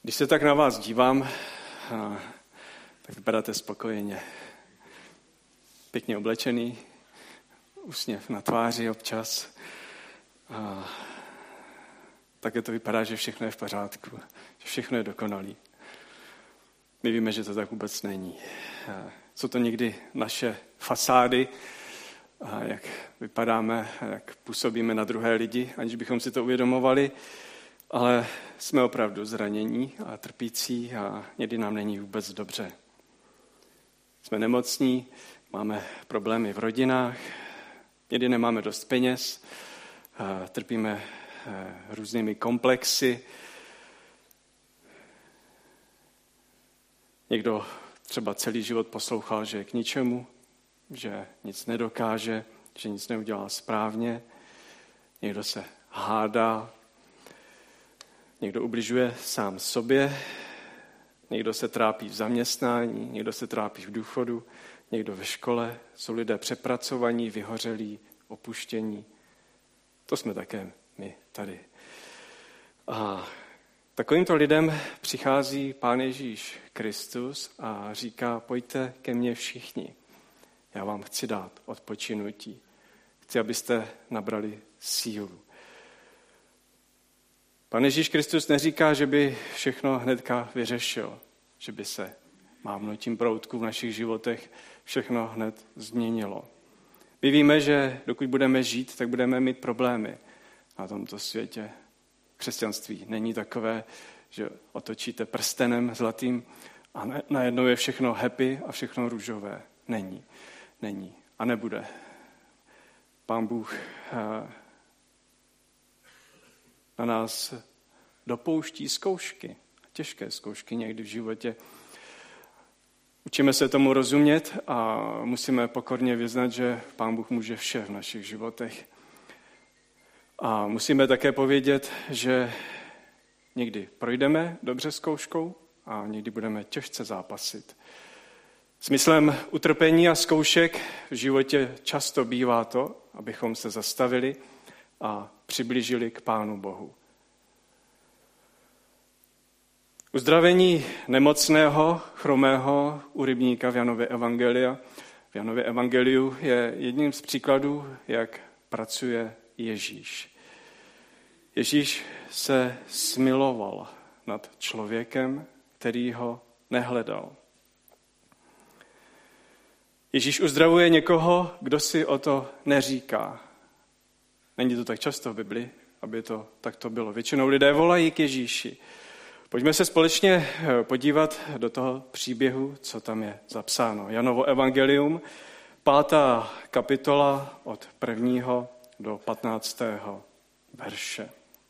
Když se tak na vás dívám, tak vypadáte spokojeně. Pěkně oblečený, úsměv na tváři občas. Také to vypadá, že všechno je v pořádku, že všechno je dokonalý. My víme, že to tak vůbec není. Jsou to někdy naše fasády, jak vypadáme, jak působíme na druhé lidi, aniž bychom si to uvědomovali, ale jsme opravdu zranění a trpící a někdy nám není vůbec dobře. Jsme nemocní, máme problémy v rodinách, někdy nemáme dost peněz, trpíme různými komplexy. Někdo třeba celý život poslouchal, že je k ničemu, že nic nedokáže, že nic neudělá správně. Někdo se hádá, někdo ubližuje sám sobě, někdo se trápí v zaměstnání, někdo se trápí v důchodu, někdo ve škole. Jsou lidé přepracovaní, vyhořelí, opuštění. To jsme také my tady. A takovýmto lidem přichází Pán Ježíš Kristus a říká: pojďte ke mně všichni. Já vám chci dát odpočinutí. Chci, abyste nabrali sílu. Pán Ježíš Kristus neříká, že by všechno hnedka vyřešil, že by se mávnutím proutku v našich životech všechno hned změnilo. My víme, že dokud budeme žít, tak budeme mít problémy na tomto světě. Křesťanství není takové, že otočíte prstenem zlatým a najednou je všechno happy a všechno růžové. Není a nebude. Pán Bůh na nás dopouští zkoušky, těžké zkoušky někdy v životě. Učíme se tomu rozumět a musíme pokorně vyznat, že Pán Bůh může vše v našich životech. A musíme také povědět, že někdy projdeme dobře zkouškou a někdy budeme těžce zápasit. Smyslem utrpení a zkoušek v životě často bývá to, abychom se zastavili a přiblížili k Pánu Bohu. Uzdravení nemocného, chromého u rybníka v Janově evangeliu je jedním z příkladů, jak pracuje Ježíš. Ježíš se smiloval nad člověkem, který ho nehledal. Ježíš uzdravuje někoho, kdo si o to neříká. Není to tak často v Bibli, aby to takto bylo. Většinou lidé volají k Ježíši. Pojďme se společně podívat do toho příběhu, co tam je zapsáno. Janovo evangelium, 5. kapitola od 1. do 15. verše.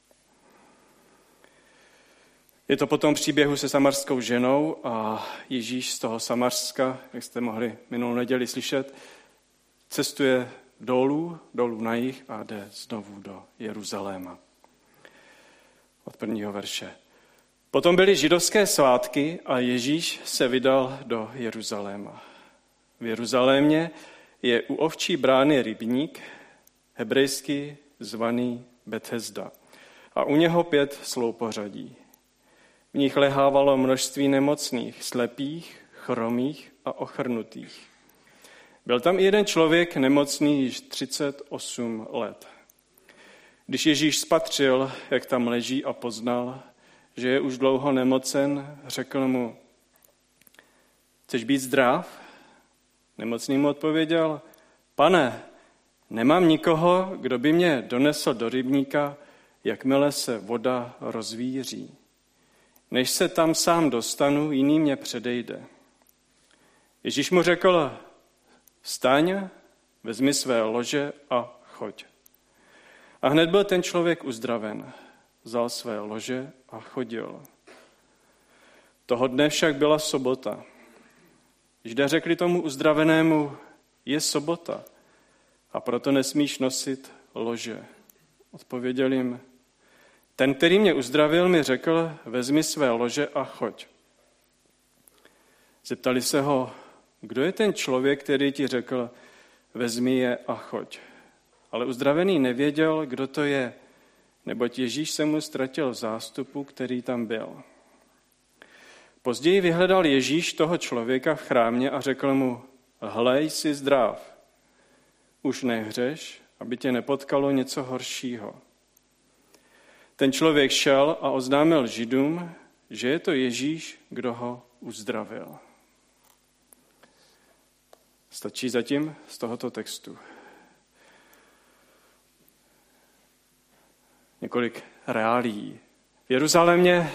Je to po tom příběhu se samarskou ženou a Ježíš z toho Samarska, jak jste mohli minulou neděli slyšet, cestuje dolů na jih a jde znovu do Jeruzaléma. Od 1. verše. Potom byly židovské svátky a Ježíš se vydal do Jeruzaléma. V Jeruzalémě je u ovčí brány rybník, hebrejsky zvaný Bethesda, a u něho 5 sloupořadí. V nich lehávalo množství nemocných, slepých, chromých a ochrnutých. Byl tam i jeden člověk nemocný již 38 let. Když Ježíš spatřil, jak tam leží a poznal, že je už dlouho nemocen, řekl mu: chceš být zdrav? Nemocný mu odpověděl: Pane, nemám nikoho, kdo by mě donesl do rybníka, jakmile se voda rozvíří. Než se tam sám dostanu, jiný mě předejde. Ježíš mu řekl: vstaň, vezmi své lože a choď. A hned byl ten člověk uzdraven. Vzal své lože a chodil. Toho dne však byla sobota. Židé řekli tomu uzdravenému: je sobota a proto nesmíš nosit lože. Odpověděl jim: ten, který mě uzdravil, mi řekl: vezmi své lože a choď. Zeptali se ho: kdo je ten člověk, který ti řekl: vezmi je a choď? Ale uzdravený nevěděl, kdo to je, neboť Ježíš se mu ztratil v zástupu, který tam byl. Později vyhledal Ježíš toho člověka v chrámě a řekl mu, hle, jsi zdrav, už nehřeš, aby tě nepotkalo něco horšího. Ten člověk šel a oznámil Židům, že je to Ježíš, kdo ho uzdravil. Stačí zatím z tohoto textu. Několik reálií. V Jeruzalémě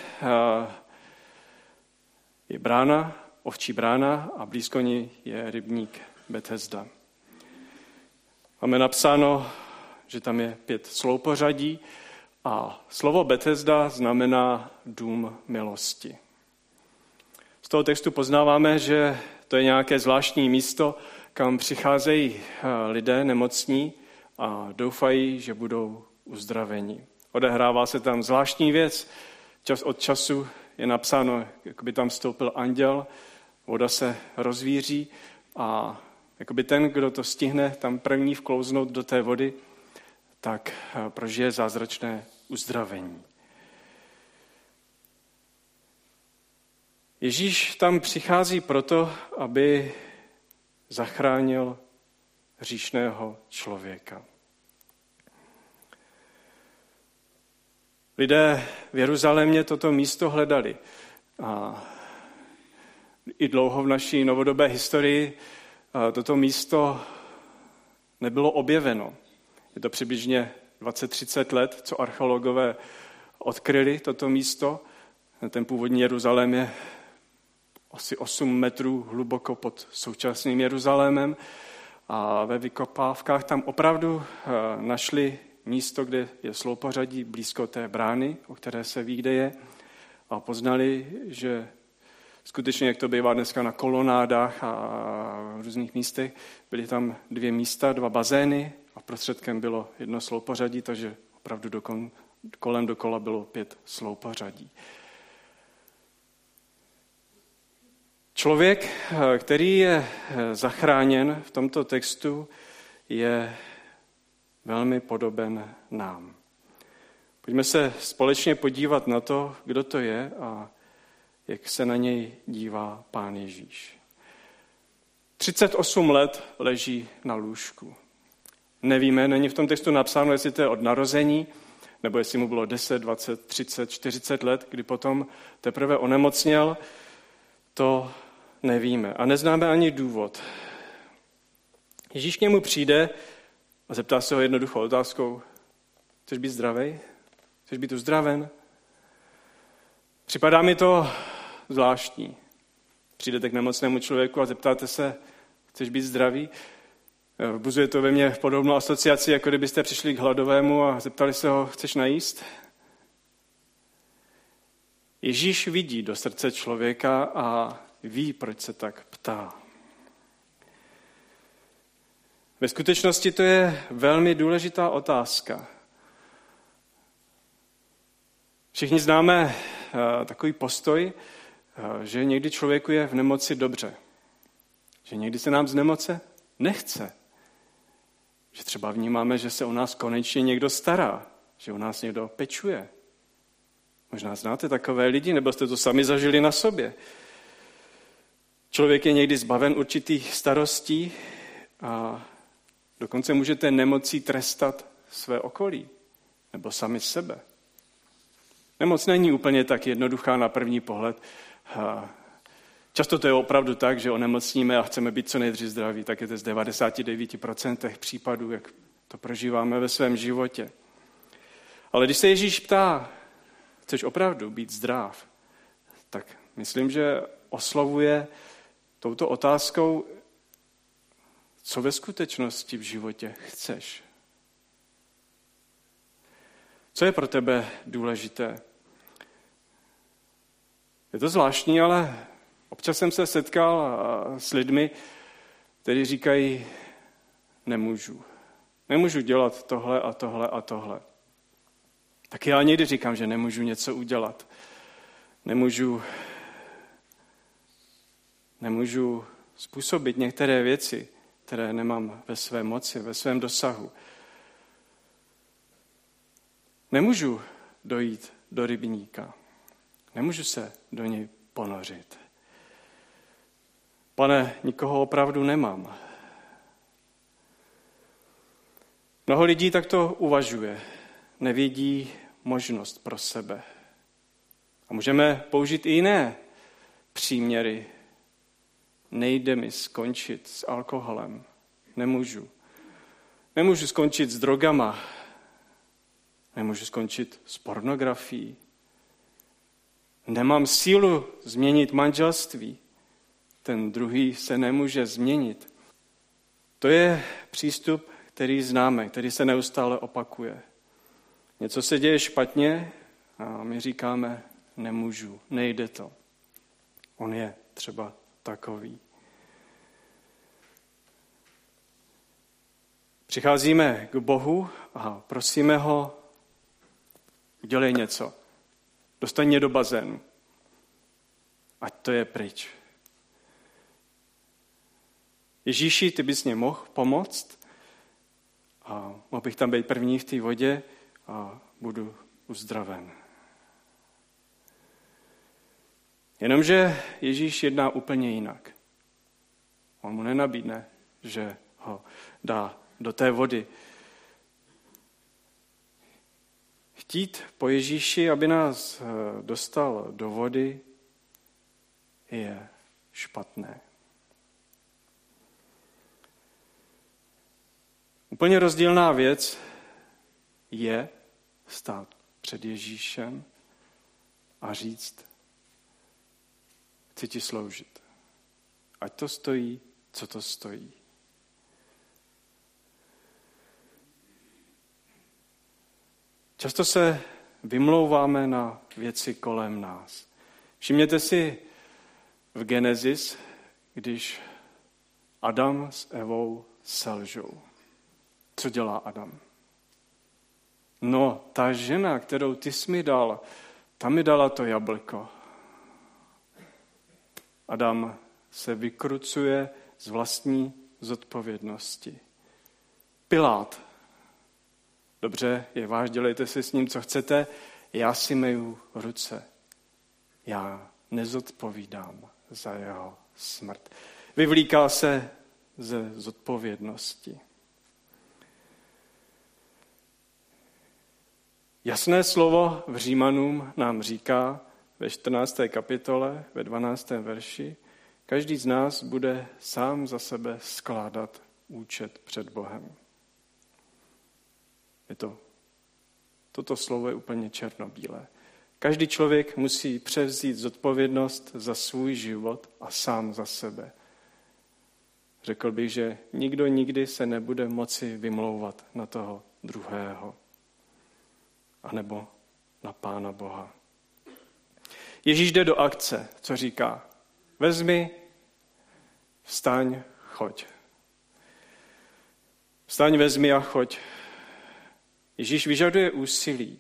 je brána, ovčí brána a blízko ní je rybník Betesda. Máme napsáno, že tam je 5 sloupořadí a slovo Betesda znamená dům milosti. Z toho textu poznáváme, že to je nějaké zvláštní místo, kam přicházejí lidé nemocní a doufají, že budou uzdraveni. Odehrává se tam zvláštní věc. Čas od času je napsáno, jak by tam vstoupil anděl, voda se rozvíří a jakoby ten, kdo to stihne tam první vklouznout do té vody, tak prožije zázračné uzdravení. Ježíš tam přichází proto, aby zachránil hříšného člověka. Lidé v Jeruzalémě toto místo hledali. A i dlouho v naší novodobé historii toto místo nebylo objeveno. Je to přibližně 20-30 let, co archeologové odkryli toto místo. Ten původní Jeruzalém je asi 8 metrů hluboko pod současným Jeruzalémem a ve vykopávkách tam opravdu našli místo, kde je sloupořadí blízko té brány, o které se ví, kde je, a poznali, že skutečně, jak to bývá dneska na kolonádách a v různých místech, byly tam 2 místa, 2 bazény a prostředkem bylo 1 sloupořadí, takže opravdu kolem dokola bylo 5 sloupořadí. Člověk, který je zachráněn v tomto textu, je velmi podoben nám. Pojďme se společně podívat na to, kdo to je a jak se na něj dívá Pán Ježíš. 38 let leží na lůžku. Nevíme, není v tom textu napsáno, jestli to je od narození, nebo jestli mu bylo 10, 20, 30, 40 let, kdy potom teprve onemocněl, to nevíme. A neznáme ani důvod. Ježíš k němu přijde a zeptá se ho jednoduchou otázkou. Chceš být zdravý? Chceš být uzdraven? Připadá mi to zvláštní. Přijdete k nemocnému člověku a zeptáte se, chceš být zdravý? Vzbuzuje to ve mně podobnou asociaci, jako kdybyste přišli k hladovému a zeptali se ho, chceš najíst? Ježíš vidí do srdce člověka a ví, proč se tak ptá. Ve skutečnosti to je velmi důležitá otázka. Všichni známe takový postoj, že někdy člověku je v nemoci dobře. Že někdy se nám z nemoce nechce. Že třeba vnímáme, že se o nás konečně někdo stará. Že o nás někdo pečuje. Možná znáte takové lidi, nebo jste to sami zažili na sobě. Člověk je někdy zbaven určitých starostí a dokonce můžete nemocí trestat své okolí nebo sami sebe. Nemoc není úplně tak jednoduchá na první pohled. Často to je opravdu tak, že onemocníme a chceme být co nejdřív zdraví. Tak je to z 99% případů, jak to prožíváme ve svém životě. Ale když se Ježíš ptá, chceš opravdu být zdrav, tak myslím, že oslovuje touto otázkou, co ve skutečnosti v životě chceš. Co je pro tebe důležité? Je to zvláštní, ale občas jsem se setkal s lidmi, kteří říkají, nemůžu. Nemůžu dělat tohle a tohle a tohle. Tak já někdy říkám, že nemůžu něco udělat. Nemůžu způsobit některé věci, které nemám ve své moci, ve svém dosahu. Nemůžu dojít do rybníka. Nemůžu se do něj ponořit. Pane, nikoho opravdu nemám. Mnoho lidí takto uvažuje, nevidí možnost pro sebe. A můžeme použít i jiné příměry. Nejde mi skončit s alkoholem. Nemůžu. Nemůžu skončit s drogama. Nemůžu skončit s pornografií. Nemám sílu změnit manželství. Ten druhý se nemůže změnit. To je přístup, který známe, který se neustále opakuje. Něco se děje špatně a my říkáme, nemůžu, nejde to. On je třeba takový. Přicházíme k Bohu a prosíme ho, udělej něco. Dostaň mě do bazénu. Ať to je pryč. Ježíši, ty bys mě mohl pomoct a mohl bych tam být první v té vodě a budu uzdraven. Jenomže Ježíš jedná úplně jinak. On mu nenabídne, že ho dá do té vody. Chtít po Ježíši, aby nás dostal do vody, je špatné. Úplně rozdílná věc je stát před Ježíšem a říct, chci ti sloužit. Ať to stojí, co to stojí. Často se vymlouváme na věci kolem nás. Všimněte si v Genesis, když Adam s Evou selžou. Co dělá Adam? No, ta žena, kterou ty jsi mi dal, ta mi dala to jablko. Adam se vykrucuje z vlastní zodpovědnosti. Pilát. Dobře, je váš, dělejte si s ním, co chcete, já si myju ruce. Já nezodpovídám za jeho smrt. Vyvlíká se ze zodpovědnosti. Jasné slovo v Římanům nám říká ve 14. kapitole, ve 12. verši, každý z nás bude sám za sebe skládat účet před Bohem. Toto slovo je úplně černobílé. Každý člověk musí převzít zodpovědnost za svůj život a sám za sebe. Řekl bych, že nikdo nikdy se nebude moci vymlouvat na toho druhého. Anebo na Pána Boha. Ježíš jde do akce, co říká? Vezmi, vstaň, choď. Vstaň, vezmi a choď. Ježíš vyžaduje úsilí.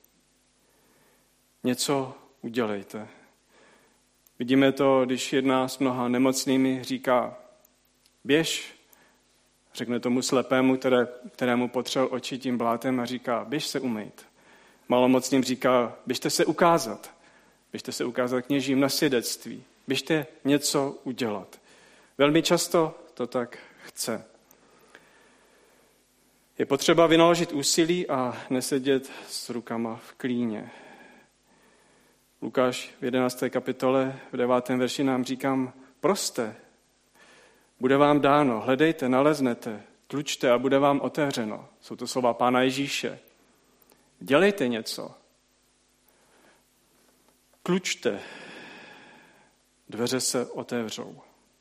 Něco udělejte. Vidíme to, když jedná s mnoha nemocnými, říká, běž, řekne tomu slepému, kterému potřel oči tím blátem a říká, běž se umýt. Malomocným říká, běžte se ukázat. Běžte se ukázat kněžím na svědectví. Běžte něco udělat. Velmi často to tak chce. Je potřeba vynaložit úsilí a nesedět s rukama v klíně. Lukáš v 11. kapitole v 9. verši nám říkám, proste, bude vám dáno, hledejte, naleznete, tlučte a bude vám otevřeno. Jsou to slova Pána Ježíše. Dělejte něco. Klučte. Dveře se otevřou.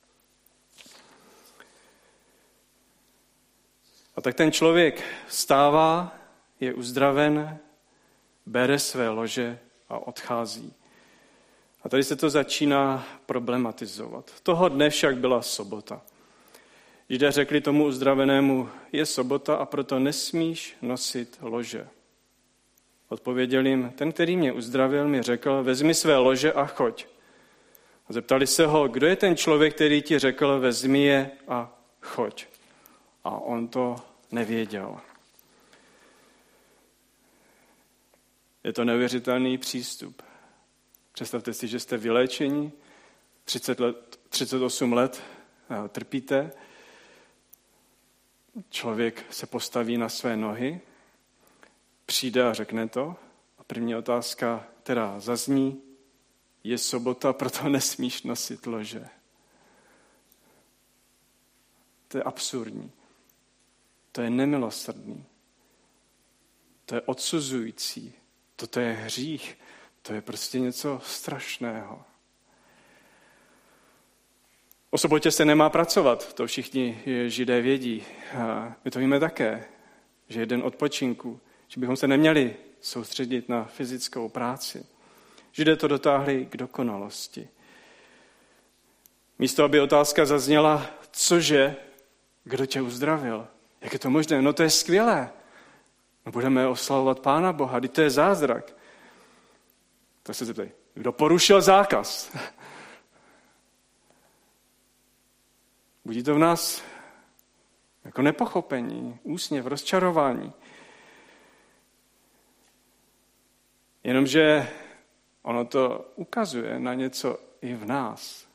A tak ten člověk vstává, je uzdraven, bere své lože a odchází. A tady se to začíná problematizovat. Toho dne však byla sobota. Židé řekli tomu uzdravenému, je sobota a proto nesmíš nosit lože. Odpověděl jim, ten, který mě uzdravil, mi řekl, vezmi své lože a choď. A zeptali se ho, kdo je ten člověk, který ti řekl, vezmi je a choď. A on to nevěděl. Je to neuvěřitelný přístup. Představte si, že jste vyléčeni, 38 let trpíte. Člověk se postaví na své nohy, přijde a řekne to. A první otázka, která zazní, je sobota, proto nesmíš nosit lože. To je absurdní. To je nemilosrdný. To je odsuzující. Toto je hřích. To je prostě něco strašného. O sobotě se nemá pracovat, to všichni Židé vědí. A my to víme také, že je den odpočinku, že bychom se neměli soustředit na fyzickou práci. Židé to dotáhli k dokonalosti. Místo, aby otázka zazněla, cože, kdo tě uzdravil? Jak je to možné? No to je skvělé. No budeme oslavovat Pána Boha, to je zázrak. Tak se zeptej, kdo porušil zákaz? Budí to v nás jako nepochopení, úsměv, rozčarování. Jenomže ono to ukazuje na něco i v nás.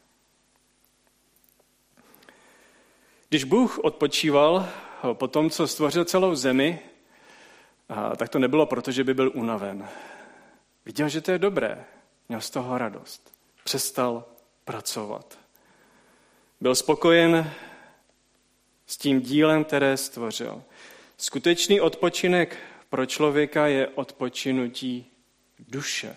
Když Bůh odpočíval po tom, co stvořil celou zemi, tak to nebylo proto, že by byl unaven. Viděl, že to je dobré, měl z toho radost. Přestal pracovat. Byl spokojen s tím dílem, které stvořil. Skutečný odpočinek pro člověka je odpočinutí duše.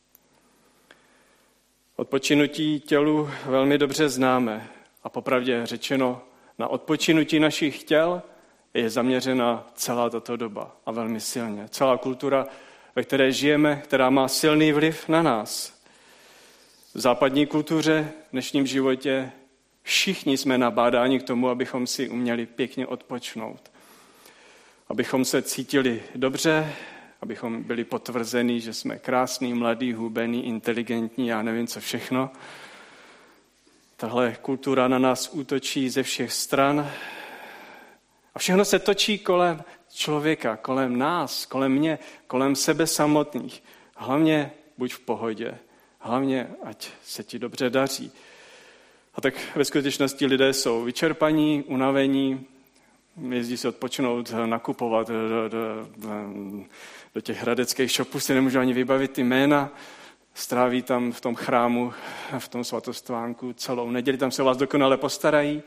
Odpočinutí tělu velmi dobře známe a popravdě řečeno, na odpočinutí našich těl je zaměřena celá tato doba a velmi silně. Celá kultura, ve které žijeme, která má silný vliv na nás. V západní kultuře, v dnešním životě, všichni jsme nabádáni k tomu, abychom si uměli pěkně odpočnout. Abychom se cítili dobře, abychom byli potvrzeni, že jsme krásný, mladý, hubený, inteligentní, já nevím co všechno. Tahle kultura na nás útočí ze všech stran. A všechno se točí kolem člověka, kolem nás, kolem mě, kolem sebe samotných. Hlavně buď v pohodě, hlavně ať se ti dobře daří. A tak ve skutečnosti lidé jsou vyčerpaní, unavení, jezdí se odpočinout, nakupovat do těch hradeckých shopů, si nemůžu ani vybavit ty jména, stráví tam v tom chrámu, v tom svatostvánku celou neděli, tam se vás dokonale postarají.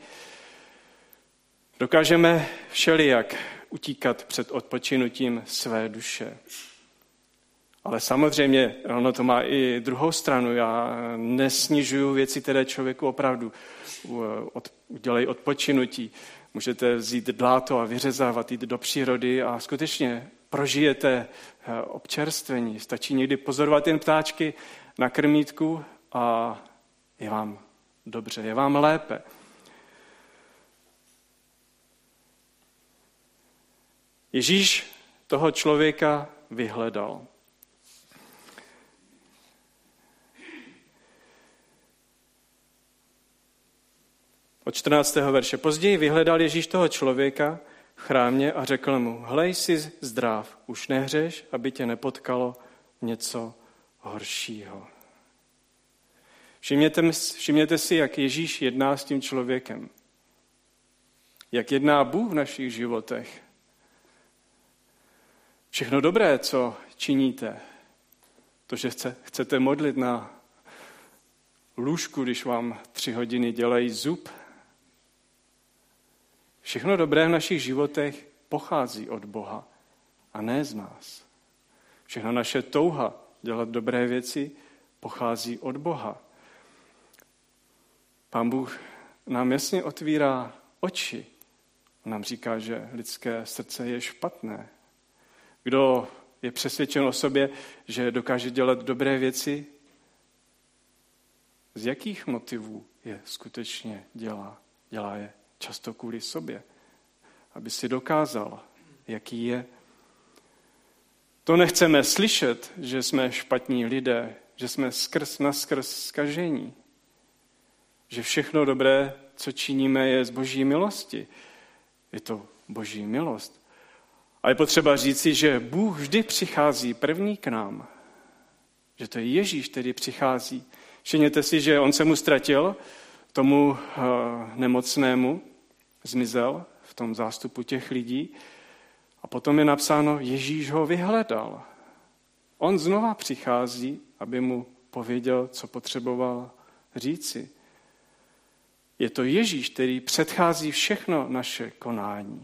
Dokážeme všelijak utíkat před odpočinutím své duše. Ale samozřejmě ono to má i druhou stranu. Já nesnižuju věci, které člověku opravdu udělají odpočinutí. Můžete vzít dláto a vyřezávat, jít do přírody a skutečně prožijete občerstvení. Stačí někdy pozorovat jen ptáčky na krmítku a je vám dobře, je vám lépe. Ježíš toho člověka vyhledal. Od 14. verše. Později vyhledal Ježíš toho člověka v chrámě a řekl mu, hlej, jsi zdrav, už nehřeš, aby tě nepotkalo něco horšího. Všimněte si, jak Ježíš jedná s tím člověkem. Jak jedná Bůh v našich životech. Všechno dobré, co činíte, to, že chcete modlit na lůžku, když vám 3 hodiny dělají zub, všechno dobré v našich životech pochází od Boha a ne z nás. Všechno naše touha dělat dobré věci pochází od Boha. Pán Bůh nám jasně otvírá oči. On nám říká, že lidské srdce je špatné. Kdo je přesvědčen o sobě, že dokáže dělat dobré věci, z jakých motivů je skutečně dělá? Dělá je často kvůli sobě, aby si dokázal, jaký je. To nechceme slyšet, že jsme špatní lidé, že jsme skrz naskrz zkažení, že všechno dobré, co činíme, je z Boží milosti. Je to Boží milost. A je potřeba říci, že Bůh vždy přichází první k nám. že to je Ježíš, který přichází. Všimněte si, že on se mu ztratil, tomu nemocnému, zmizel v tom zástupu těch lidí a potom je napsáno, Ježíš ho vyhledal. On znova přichází, aby mu pověděl, co potřeboval říci. Je to Ježíš, který předchází všechno naše konání.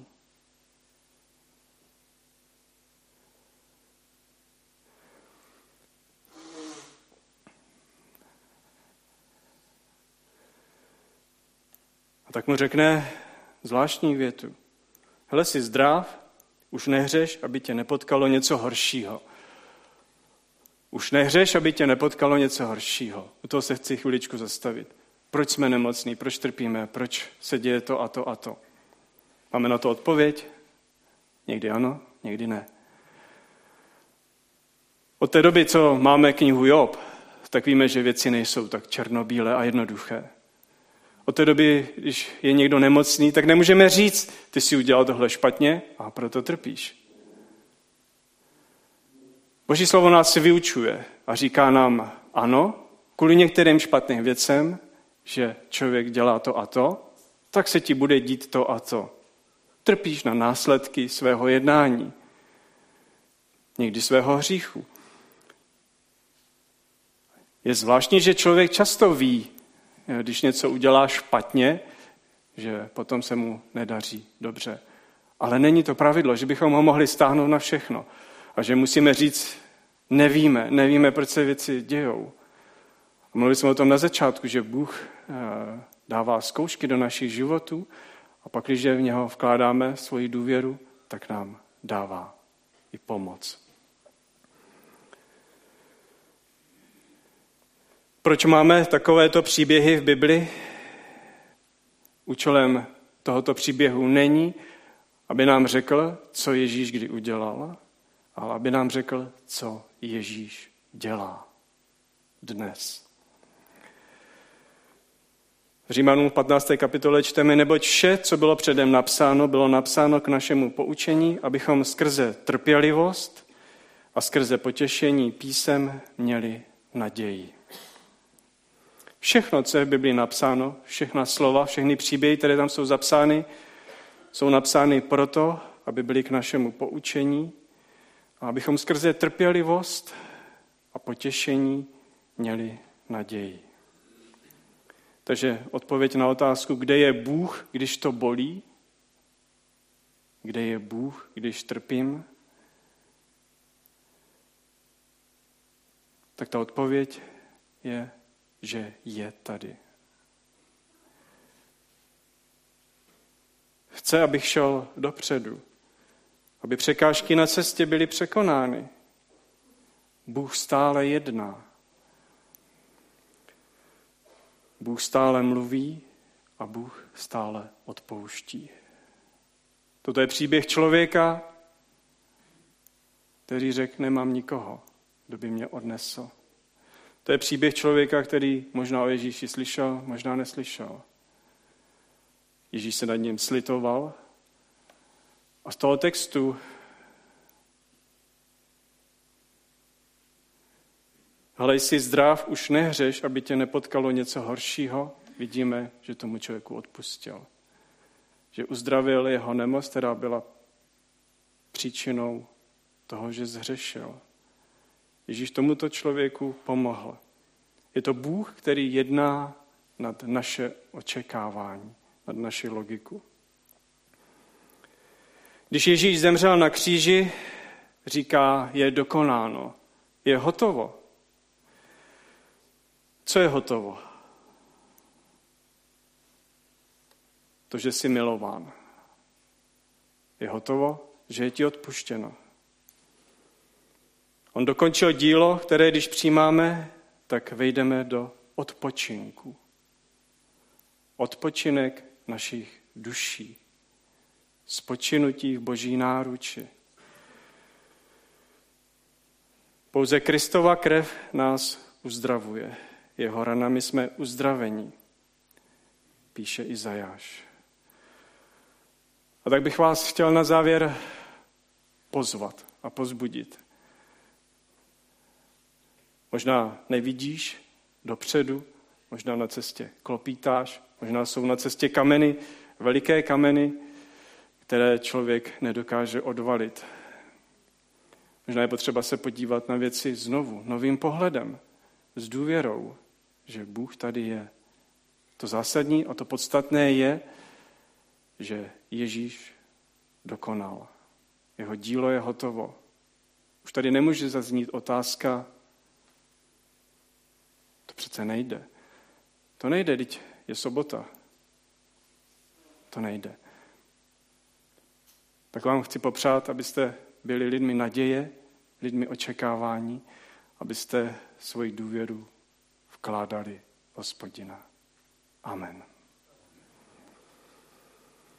A tak mu řekne zvláštní větu. Hele, jsi zdrav, už nehřeš, aby tě nepotkalo něco horšího. Už nehřeš, aby tě nepotkalo něco horšího. U toho se chci chviličku zastavit. Proč jsme nemocní, proč trpíme, proč se děje to a to a to. Máme na to odpověď? Někdy ano, někdy ne. Od té doby, co máme knihu Job, tak víme, že věci nejsou tak černobílé a jednoduché. Od té doby, když je někdo nemocný, tak nemůžeme říct, ty jsi udělal tohle špatně a proto trpíš. Boží slovo nás vyučuje a říká nám ano, kvůli některým špatným věcem, že člověk dělá to a to, tak se ti bude dít to a to. Trpíš na následky svého jednání, někdy svého hříchu. Je zvláštní, že člověk často ví, když něco udělá špatně, že potom se mu nedaří dobře. Ale není to pravidlo, že bychom ho mohli stáhnout na všechno. A že musíme říct, nevíme, proč se věci dějou. A mluvili jsme o tom na začátku, že Bůh dává zkoušky do našich životů a pak, když v něho vkládáme svoji důvěru, tak nám dává i pomoc. Proč máme takovéto příběhy v Bibli? Účelem tohoto příběhu není, aby nám řekl, co Ježíš kdy udělal, ale aby nám řekl, co Ježíš dělá dnes. V Římanům v 15. kapitole čteme, neboť vše, co bylo předem napsáno, bylo napsáno k našemu poučení, abychom skrze trpělivost a skrze potěšení písem měli naději. Všechno, co je v Biblii napsáno, všechna slova, všechny příběhy, které tam jsou napsány proto, aby byly k našemu poučení a abychom skrze trpělivost a potěšení měli naději. Takže odpověď na otázku, kde je Bůh, když to bolí? Kde je Bůh, když trpím? Tak ta odpověď je, že je tady. Chce, abych šel dopředu, aby překážky na cestě byly překonány. Bůh stále jedná. Bůh stále mluví a Bůh stále odpouští. Toto je příběh člověka, který řekl, nemám nikoho, kdo by mě odnesl. To je příběh člověka, který možná o Ježíši slyšel, možná neslyšel. Ježíš se nad ním slitoval a z toho textu hlej, jsi zdrav, už nehřeš, aby tě nepotkalo něco horšího. Vidíme, že tomu člověku odpustil. Že uzdravil jeho nemoc, která byla příčinou toho, že zhřešil. Ježíš tomuto člověku pomohl. Je to Bůh, který jedná nad naše očekávání, nad naši logiku. Když Ježíš zemřel na kříži, říká, je dokonáno, je hotovo. Co je hotovo? To, že jsi milován. Je hotovo, že je ti odpuštěno. On dokončil dílo, které když přijímáme, tak vejdeme do odpočinku. Odpočinek našich duší. Spočinutí v Boží náruči. Pouze Kristova krev nás uzdravuje. Jeho ranami jsme uzdraveni, píše Izajáš. A tak bych vás chtěl na závěr pozvat a povzbudit. Možná nevidíš dopředu, možná na cestě klopítáš, možná jsou na cestě kameny, veliké kameny, které člověk nedokáže odvalit. Možná je potřeba se podívat na věci znovu, novým pohledem, s důvěrou, že Bůh tady je. To zásadní a to podstatné je, že Ježíš dokonal. Jeho dílo je hotovo. Už tady nemůže zaznít otázka, to přece nejde. To nejde, vždyť je sobota. To nejde. Tak vám chci popřát, abyste byli lidmi naděje, lidmi očekávání, abyste svoji důvěru vkládali v Hospodina. Amen.